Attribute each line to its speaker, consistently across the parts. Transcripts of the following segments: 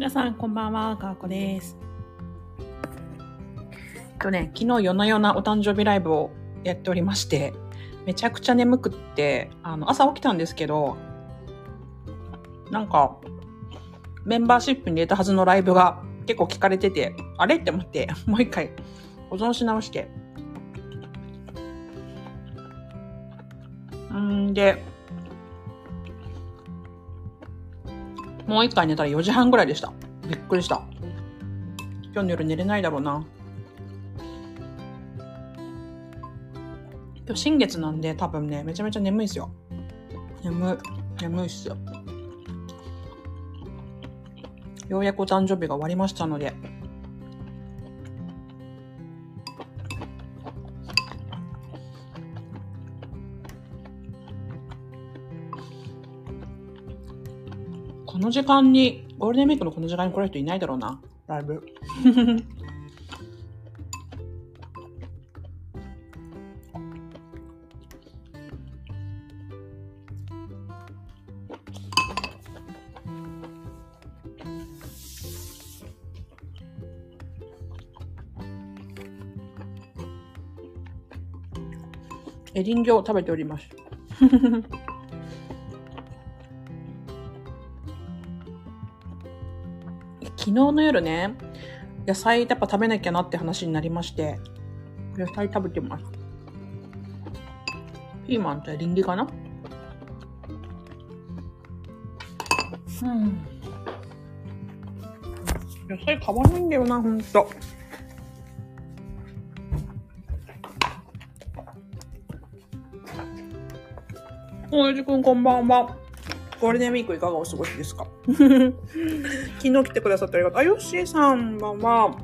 Speaker 1: 皆さんこんばんは、かーこです。昨日夜な夜なお誕生日ライブをやっておりまして、めちゃくちゃ眠くって、朝起きたんですけど、なんか、メンバーシップに入れたはずのライブが結構聞かれてて、あれって思って、もう一回保存し直して。で、もう一回寝たら4時半ぐらいでした。びっくりした。今日の夜寝れないだろうな。今日新月なんで多分ね、めちゃめちゃ眠いっすよ。眠いっすよ。ようやくお誕生日が終わりましたので、この時間に、ゴールデンウィークのこの時間に来る人いないだろうな、ライブ。エリンギを食べております。昨日の夜ね、野菜やっぱ食べなきゃなって話になりまして、野菜食べてます。ピーマンとエリンギかな？野菜買わないんだよな、ほんと。おやじくんこんばんは。ゴールデンウィークいかがお過ごしですか？昨日来てくださってありがとう。よっしーさんばんは。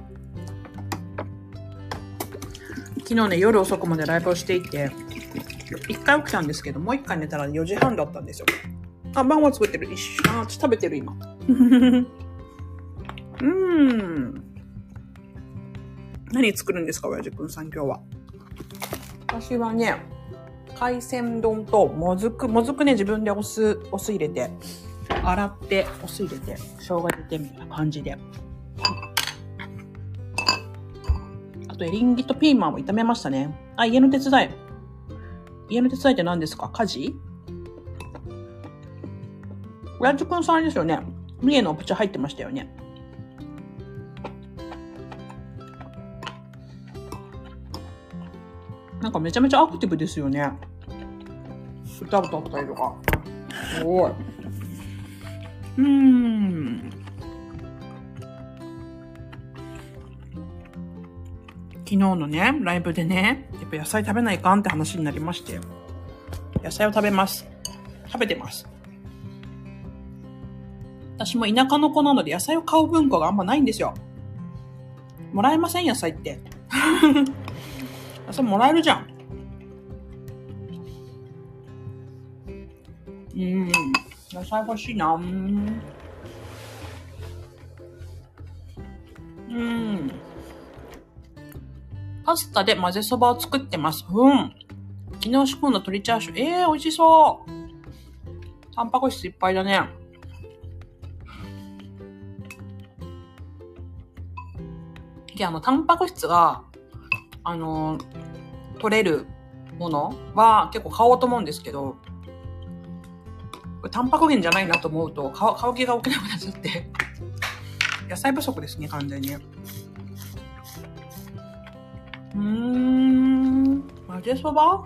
Speaker 1: 昨日ね、夜遅くまでライブをしていて、一回起きたんですけど、もう一回寝たら4時半だったんですよ。晩は作ってる。食べてる今。何作るんですか、おやじくんさん今日は。私はね、海鮮丼ともずくね、自分でお酢入れて、洗ってお酢入れて、生姜入れてみたいな感じで。あとエリンギとピーマンを炒めましたね。家の手伝い。家の手伝いって何ですか？家事？おやじくんさんですよね。三重のおプチ入ってましたよね。なんかめちゃめちゃアクティブですよね。歌歌ったりとか。すごい。昨日のね、ライブでね、やっぱ野菜食べないかんって話になりまして、野菜を食べてます。私も田舎の子なので野菜を買う文化があんまないんですよ。もらえません？野菜って。野菜もらえるじゃん。野菜欲しいな。パスタで混ぜそばを作ってます。昨日仕込んだ鶏チャーシュー。美味しそう。タンパク質いっぱいだね。で、タンパク質が、取れるものは結構買おうと思うんですけど、これタンパク源じゃないなと思うと、買う気が起きなくなっちゃって。野菜不足ですね、完全に。混ぜそば？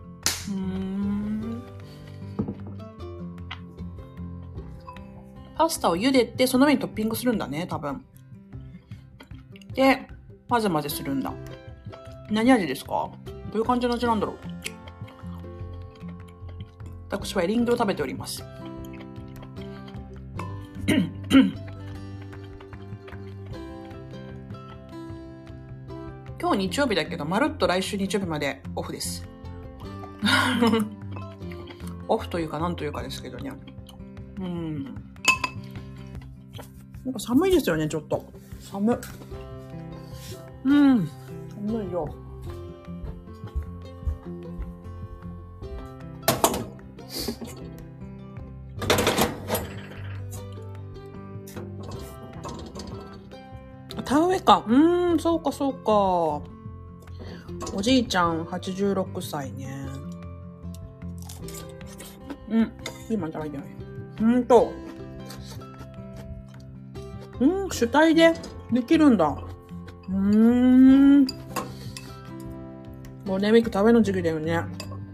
Speaker 1: パスタを茹でて、その上にトッピングするんだね、多分。で、混ぜ混ぜするんだ。何味ですか？どういう感じの味なんだろう？私はエリンギを食べております。今日日曜日だけど、まるっと来週日曜日までオフです。オフというかなんというかですけどね。なんか寒いですよね、ちょっと。寒いよ。 田植えか。そうかそうか。おじいちゃん86歳ね。今食べてない。主体でできるんだ。ゴールデンウィーク食べの時期だよね。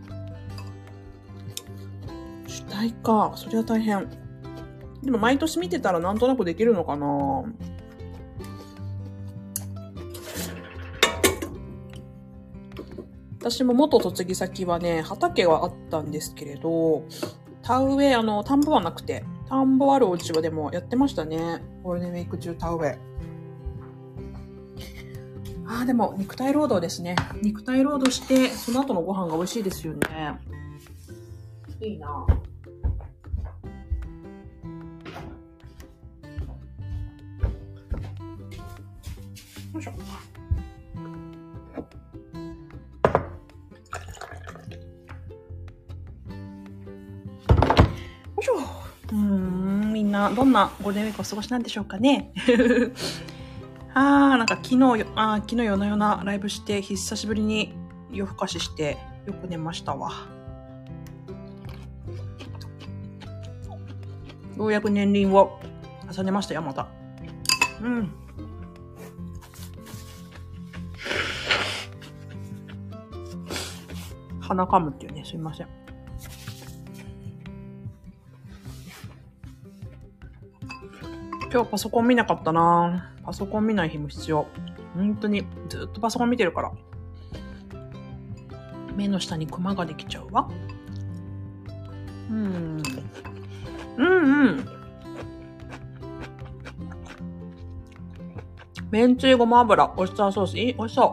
Speaker 1: 主体か。それは大変。でも毎年見てたらなんとなくできるのかな。私も元嫁ぎ先はね、畑はあったんですけれど、田植え、田んぼはなくて、田んぼあるお家はでもやってましたね。ゴールデンウィーク中田植え。でも肉体労働ですね。肉体労働して、その後のご飯が美味しいですよね。いいな。よいしょ。よいしょ。みんなどんなゴールデンウィークを過ごしなんでしょうかね。なんか昨日夜な夜なライブして久しぶりに夜更かししてよく寝ましたわ。ようやく年輪を重ねましたよ、また。鼻かむっていうね、すいません。今日パソコン見なかったな。パソコン見ない日も必要。本当にずっとパソコン見てるから。目の下にクマができちゃうわ。めんつゆごま油、オイスターソース、美味しそう。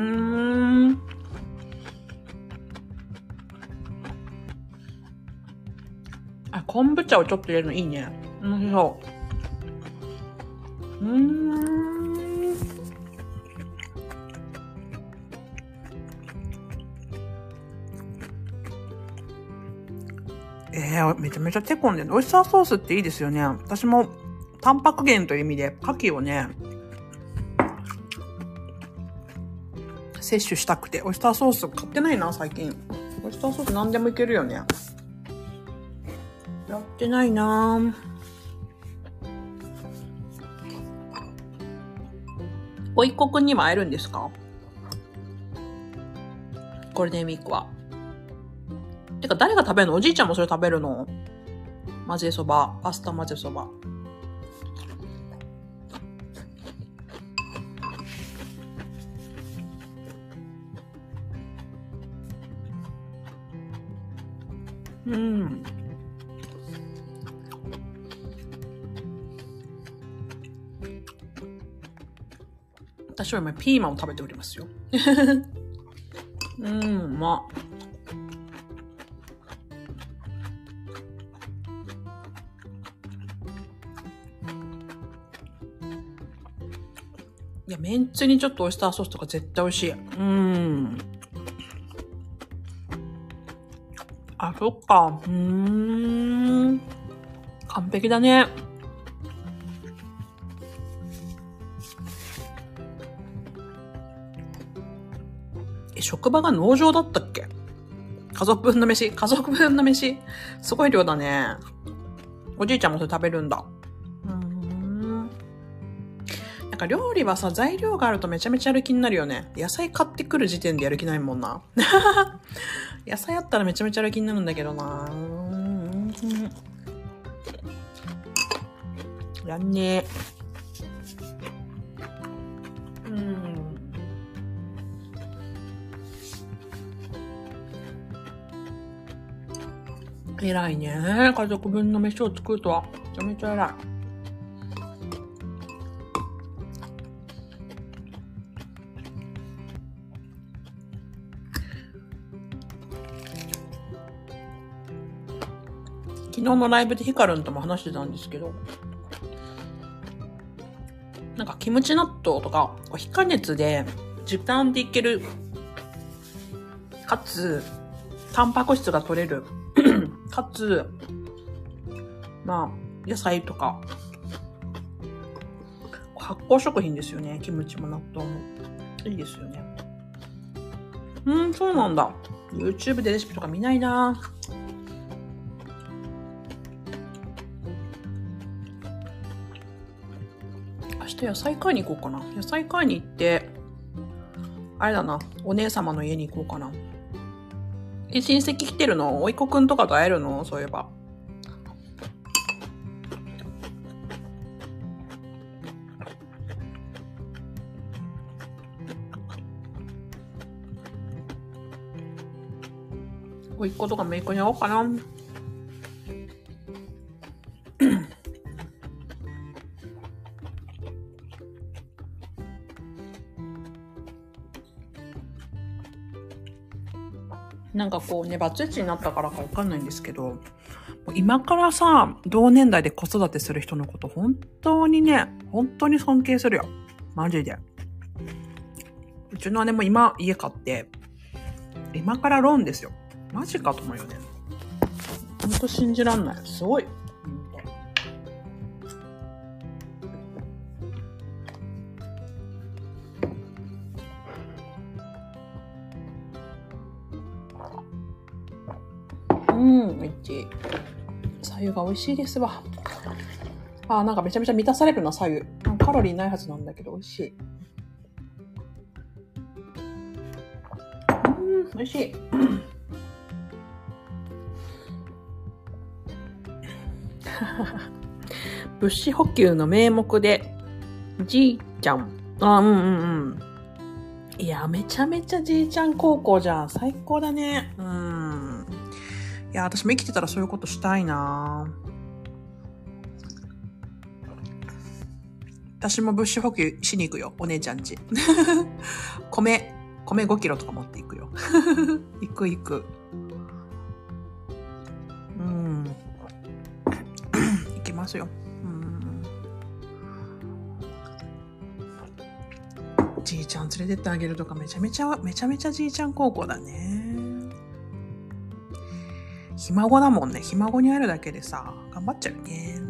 Speaker 1: 昆布茶をちょっと入れるのいいね。面白そう。めちゃめちゃ手込んでる。オイスターソースっていいですよね。私もタンパク源という意味で牡蠣をね、摂取したくて、オイスターソース買ってないな、最近。オイスターソース何でもいけるよね。やってないなぁ。おいっ子くんにも会えるんですか？ゴールデンウィークは。てか誰が食べるの？おじいちゃんもそれ食べるの？混ぜそば、パスタ混ぜそば。私は今ピーマンを食べておりますよ。まあ。いや、めんつゆにちょっとオイスターソースとか絶対美味しい。そっか。完璧だね。職場が農場だったっけ？家族分の飯すごい量だね。おじいちゃんもそれ食べるんだ。なんか料理はさ、材料があるとめちゃめちゃやる気になるよね。野菜買ってくる時点でやる気ないもんな。野菜あったらめちゃめちゃやる気になるんだけどな。やんねえ。偉いね。家族分の飯を作るとは。めちゃめちゃ偉い。昨日のライブでヒカルンとも話してたんですけど、なんかキムチ納豆とか、非加熱で時短でいける、かつ、タンパク質が取れる、かつ、まあ、野菜とか、 発酵食品ですよね。キムチも納豆も。いいですよね。そうなんだ。YouTube でレシピとか見ないな。明日野菜買いに行こうかな。野菜買いに行って、あれだな。お姉様の家に行こうかな。親戚来てるの？おいっ子くんとかと会えるの？そういえば。おいっ子とかめいっ子に会おうかな。なんかこうね、バツイチになったからかわかんないんですけど、今からさ、同年代で子育てする人のこと本当に尊敬するよ。マジで。うちの姉も今家買って、今からローンですよ。マジかと思うよね。ほんと信じらんない。すごい。めっちゃいい。白湯が美味しいですわ。なんかめちゃめちゃ満たされるな、白湯。カロリーないはずなんだけど美味しい。美味しい。物資補給の名目で、じいちゃん。いや、めちゃめちゃじいちゃん高校じゃん。最高だね。いや、私も生きてたらそういうことしたいな。私も物資補給しに行くよ、お姉ちゃんち。米5キロとか持っていくよ。行く。行きますよ。じいちゃん連れてってあげるとかめちゃめちゃじいちゃん高校だね。ひ孫だもんね。ひ孫に会えるだけでさ、頑張っちゃうね。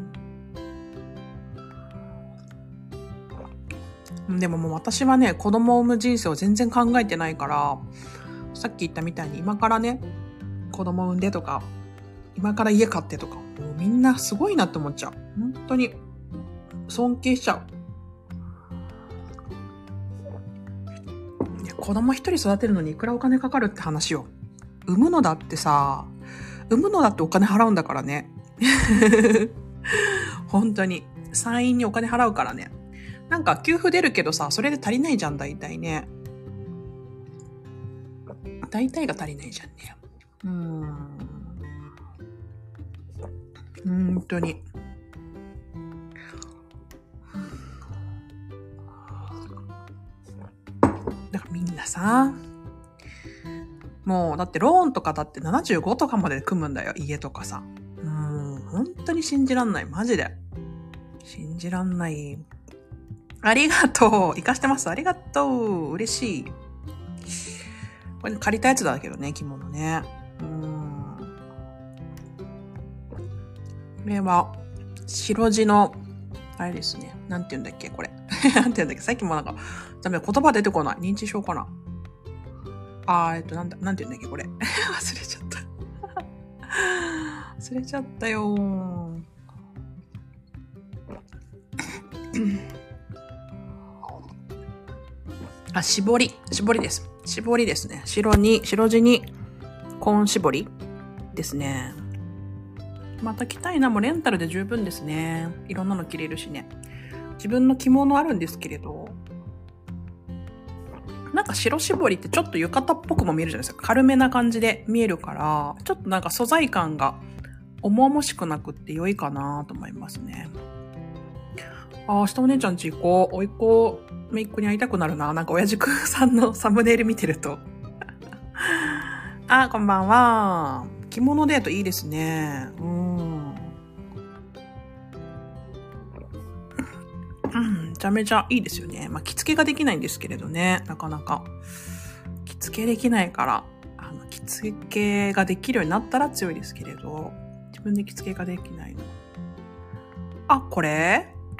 Speaker 1: でももう私はね、子供を産む人生を全然考えてないから、さっき言ったみたいに今からね、子供産んでとか、今から家買ってとか、もうみんなすごいなって思っちゃう。本当に、尊敬しちゃう。いや、子供一人育てるのにいくらお金かかるって話よ。産むのだってお金払うんだからね。本当に。産院にお金払うからね。なんか給付出るけどさ、それで足りないじゃん、大体ね。大体が足りないじゃんね。本当に。だからみんなさ、もうだってローンとかだって75とかまで組むんだよ、家とかさ。本当に信じらんない、マジで。信じらんない。ありがとう。活かしてます。ありがとう。嬉しい。これ借りたやつだけどね、着物ね。これは、白地の、あれですね。なんて言うんだっけ、これ。なんて言うんだっけ、さっきもなんか、ダメだ、言葉出てこない。認知症かな。なんて言うんだっけ、これ。忘れちゃった。忘れちゃったよー。絞りです。絞りですね。白地に、コーン絞りですね。また着たいな。もうレンタルで十分ですね。いろんなの着れるしね。自分の着物あるんですけれど、なんか白絞りってちょっと浴衣っぽくも見えるじゃないですか。軽めな感じで見えるから、ちょっとなんか素材感が重々しくなくって良いかなと思いますね。明日お姉ちゃんち行こう。おいっ子、めいっ子に会いたくなるな。なんか親父くんさんのサムネイル見てると。こんばんは。着物デートいいですね。めちゃめちゃいいですよね。着付けができないんですけれどね。なかなか。着付けできないから、着付けができるようになったら強いですけれど、自分で着付けができないの。これ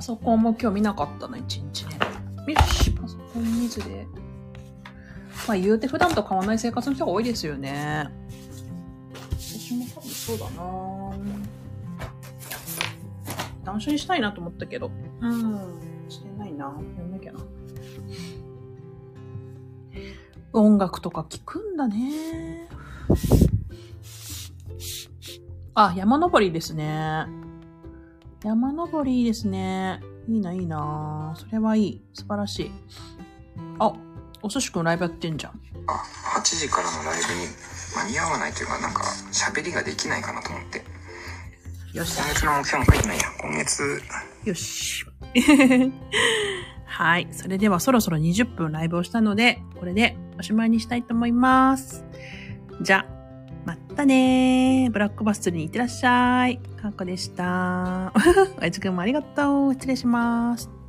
Speaker 1: パソコンも今日見なかったな、一日ね。よし、パソコン見ずで。まあ言うて普段と変わらない生活の人が多いですよね。私も多分そうだな。断捨離したいなと思ったけど。してないな。やんなきゃな。音楽とか聞くんだね。あ、山登りですね。山登りいいですね。いいな、いいな。それはいい。素晴らしい。あ、お寿司くんライブやってんじゃん。
Speaker 2: 8時からのライブに間に合わないというか、なんか喋りができないかなと思って。
Speaker 1: よし。
Speaker 2: 今月の目標も書いてないや。今月。
Speaker 1: よし。はい。それではそろそろ20分ライブをしたので、これでおしまいにしたいと思います。じゃあ、またねー。ブラックバス釣りに行ってらっしゃい。かっこでした。おやつくんもありがとう。失礼します。